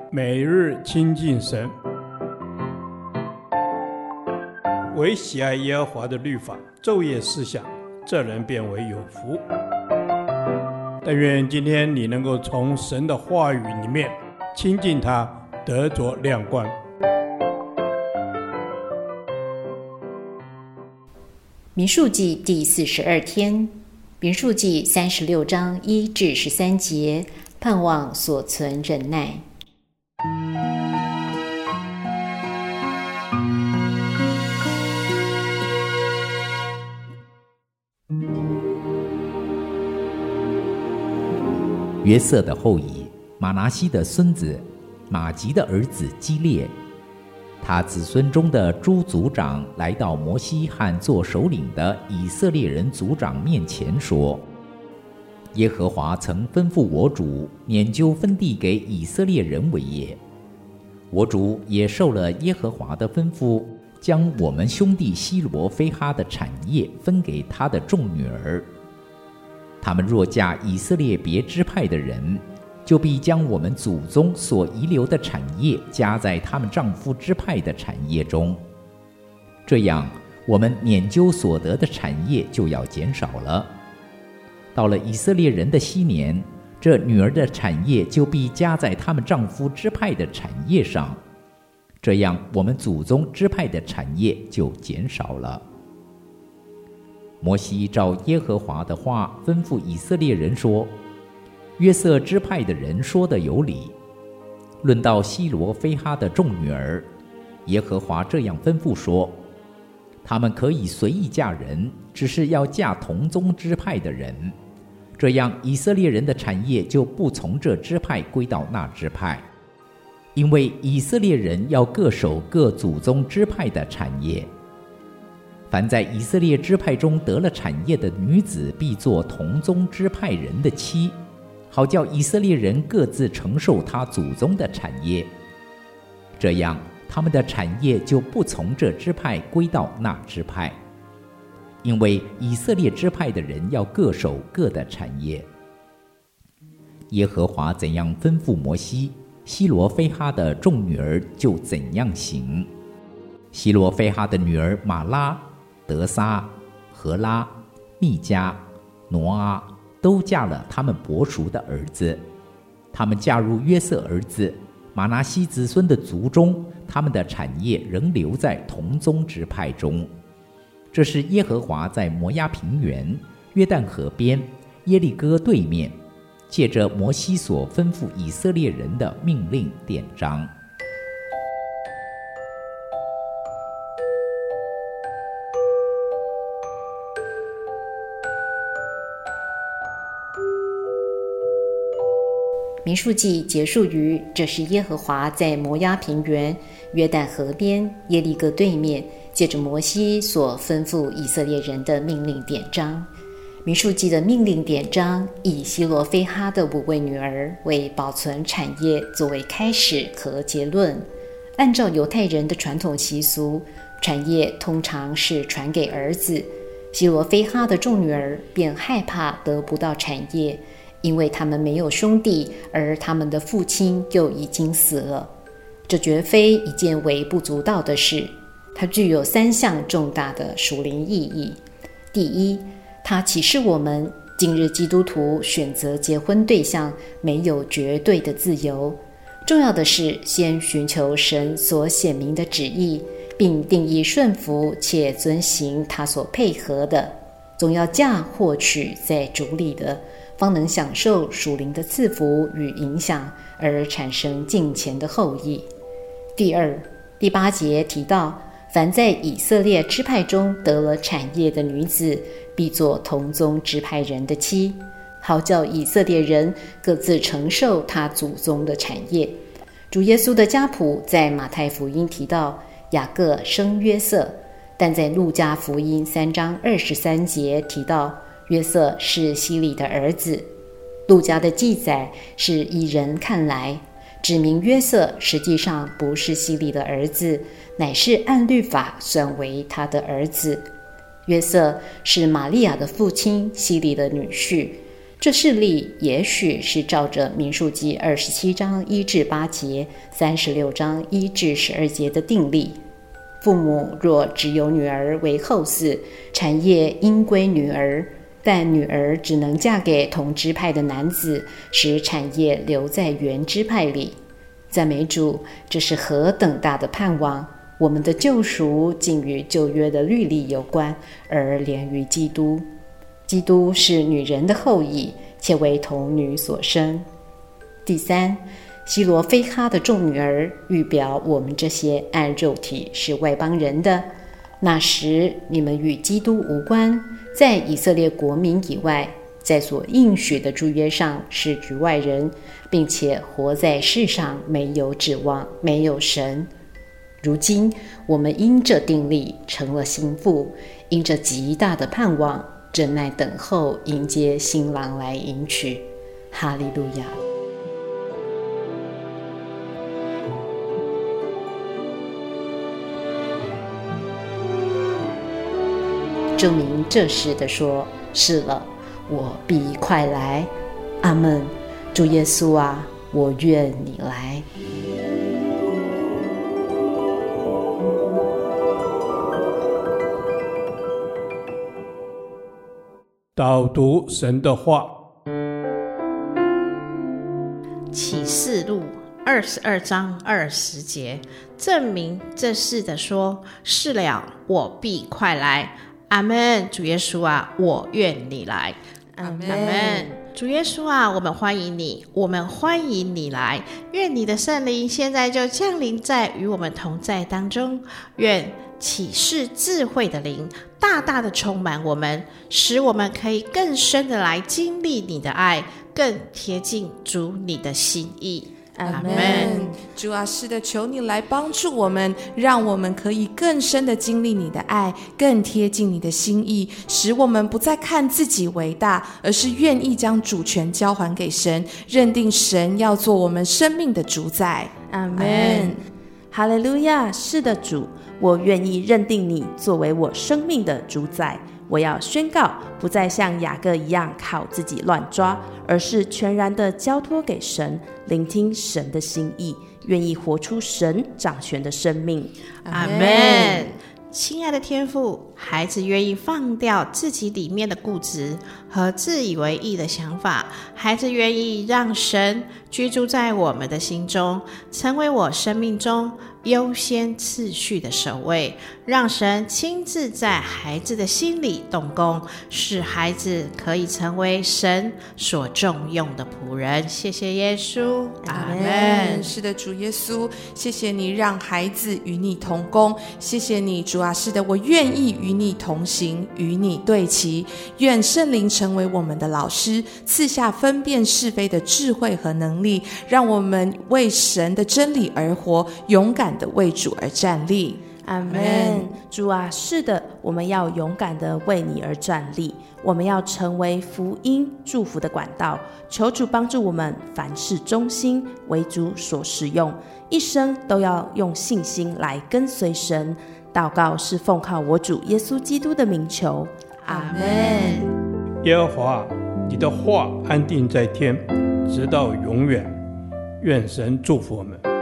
每日亲近神，唯喜爱耶和华的律法，昼夜思想，这人变为有福。但愿今天你能够从神的话语里面亲近他，得着亮光。 民数记第42天，民数记36章1至13节，盼望所存忍耐。 约瑟的后裔，马拿西的孙子，马吉的儿子基列，他子孙中的诸族长来到摩西和做首领的以色列人族长面前说：耶和华曾吩咐我主研究分地给以色列人为业，我主也受了耶和华的吩咐，将我们兄弟西罗非哈的产业分给他的众女儿。他们若嫁以色列别支派的人，就必将我们祖宗所遗留的产业加在他们丈夫支派的产业中，这样我们研究所得的产业就要减少了。到了以色列人的禧年，这女儿的产业就必加在他们丈夫支派的产业上，这样我们祖宗支派的产业就减少了。摩西照耶和华的话吩咐以色列人说：约瑟支派的人说的有理。论到西罗非哈的众女儿，耶和华这样吩咐说：他们可以随意嫁人，只是要嫁同宗支派的人，这样以色列人的产业就不从这支派归到那支派，因为以色列人要各守各祖宗支派的产业。凡在以色列支派中得了产业的女子，必做同宗支派人的妻，好叫以色列人各自承受他祖宗的产业，这样他们的产业就不从这支派归到那支派，因为以色列支派的人要各守各的产业。耶和华怎样吩咐摩西，西罗非哈的众女儿就怎样行。西罗非哈的女儿玛拉、德撒、荷拉、密加、挪阿都嫁了他们伯叔的儿子，他们嫁入约瑟儿子马拿西子孙的族中，他们的产业仍留在同宗支派中。这是耶和华在摩押平原、约旦河边、耶利哥对面，借着摩西所吩咐以色列人的命令典章。 民数记结束于这是耶和华在摩押平原、约旦河边、耶利哥对面，借着摩西所吩咐以色列人的命令典章。民数记的命令典章以西罗非哈的5位女儿为保存产业作为开始和结论。按照犹太人的传统习俗，产业通常是传给儿子，西罗非哈的众女儿便害怕得不到产业，因为他们没有兄弟，而他们的父亲又已经死了。这绝非一件微不足道的事，它具有3项重大的属灵意义。第一，它启示我们今日基督徒选择结婚对象没有绝对的自由，重要的是先寻求神所显明的旨意，并定义顺服且遵行他所配合的，总要嫁或娶在主里的，方能享受属灵的赐福与影响，而产生敬虔的后裔。第二，第8节提到，凡在以色列支派中得了产业的女子，必做同宗支派人的妻，好叫以色列人各自承受他祖宗的产业。主耶稣的家谱在马太福音提到雅各生约瑟，但在路加福音3章23节提到约瑟是希里的儿子。路加的记载是依人看来，指明约瑟实际上不是希里的儿子，乃是按律法算为他的儿子。约瑟是玛利亚的父亲希里的女婿， 这事例也许是照着民数记27章1至8节、36章1至12节的定例。父母若只有女儿为后嗣，产业应归女儿，但女儿只能嫁给同支派的男子，使产业留在原支派里。赞美主，这是何等大的盼望！我们的救赎竟与旧约的律例有关，而连于基督。基督是女人的后裔，且为童女所生。第三，希罗非哈的众女儿预表我们这些按肉体是外邦人的。那时你们与基督无关，在以色列国民以外，在所应许的诸约上是局外人，并且活在世上没有指望，没有神。如今我们因这定例成了新妇，因着极大的盼望，忍耐等候迎接新郎来迎娶。哈利路亚。证明这时的说：是了，我必快来。阿们。主耶稣啊，我愿你来。 导读神的话。 启示录22章20节，证明这事的说：是了，我必快来。阿们。主耶稣啊，我愿你来。 阿们。 主耶稣啊，我们欢迎你，我们欢迎你来。愿你的圣灵现在就降临在与我们同在当中，愿启示智慧的灵大大的充满我们，使我们可以更深的来经历你的爱，更贴近主你的心意。 阿们。主啊，是的，求你来帮助我们，让我们可以更深的经历你的爱，更贴近你的心意，使我们不再看自己为大，而是愿意将主权交还给神，认定神要做我们生命的主宰。 阿们。哈利路亚。是的，主，我愿意认定你作为我生命的主宰。我要宣告，不再像雅各一样靠自己乱抓，而是全然的交托给神，聆听神的心意，愿意活出神掌权的生命。 阿们。亲爱的天父，孩子愿意放掉自己里面的固执和自以为意的想法，孩子愿意让神居住在我们的心中，成为我生命中优先次序的首位，让神亲自在孩子的心里动工，使孩子可以成为神所重用的仆人。谢谢耶稣。 阿们。是的，主耶稣，谢谢你让孩子与你同工，谢谢你，主啊，是的，我愿意与你同行，与你对齐。愿圣灵成为我们的老师，赐下分辨是非的智慧和能力，让我们为神的真理而活，勇敢的为主而站立。 阿们。主啊，是的，我们要勇敢的为你而站立，我们要成为福音祝福的管道。求主帮助我们凡事忠心，为主所使用，一生都要用信心来跟随神。祷告是奉靠我主耶稣基督的名求。阿们。 耶和华，你的话安定在天，直到永远。愿神祝福我们。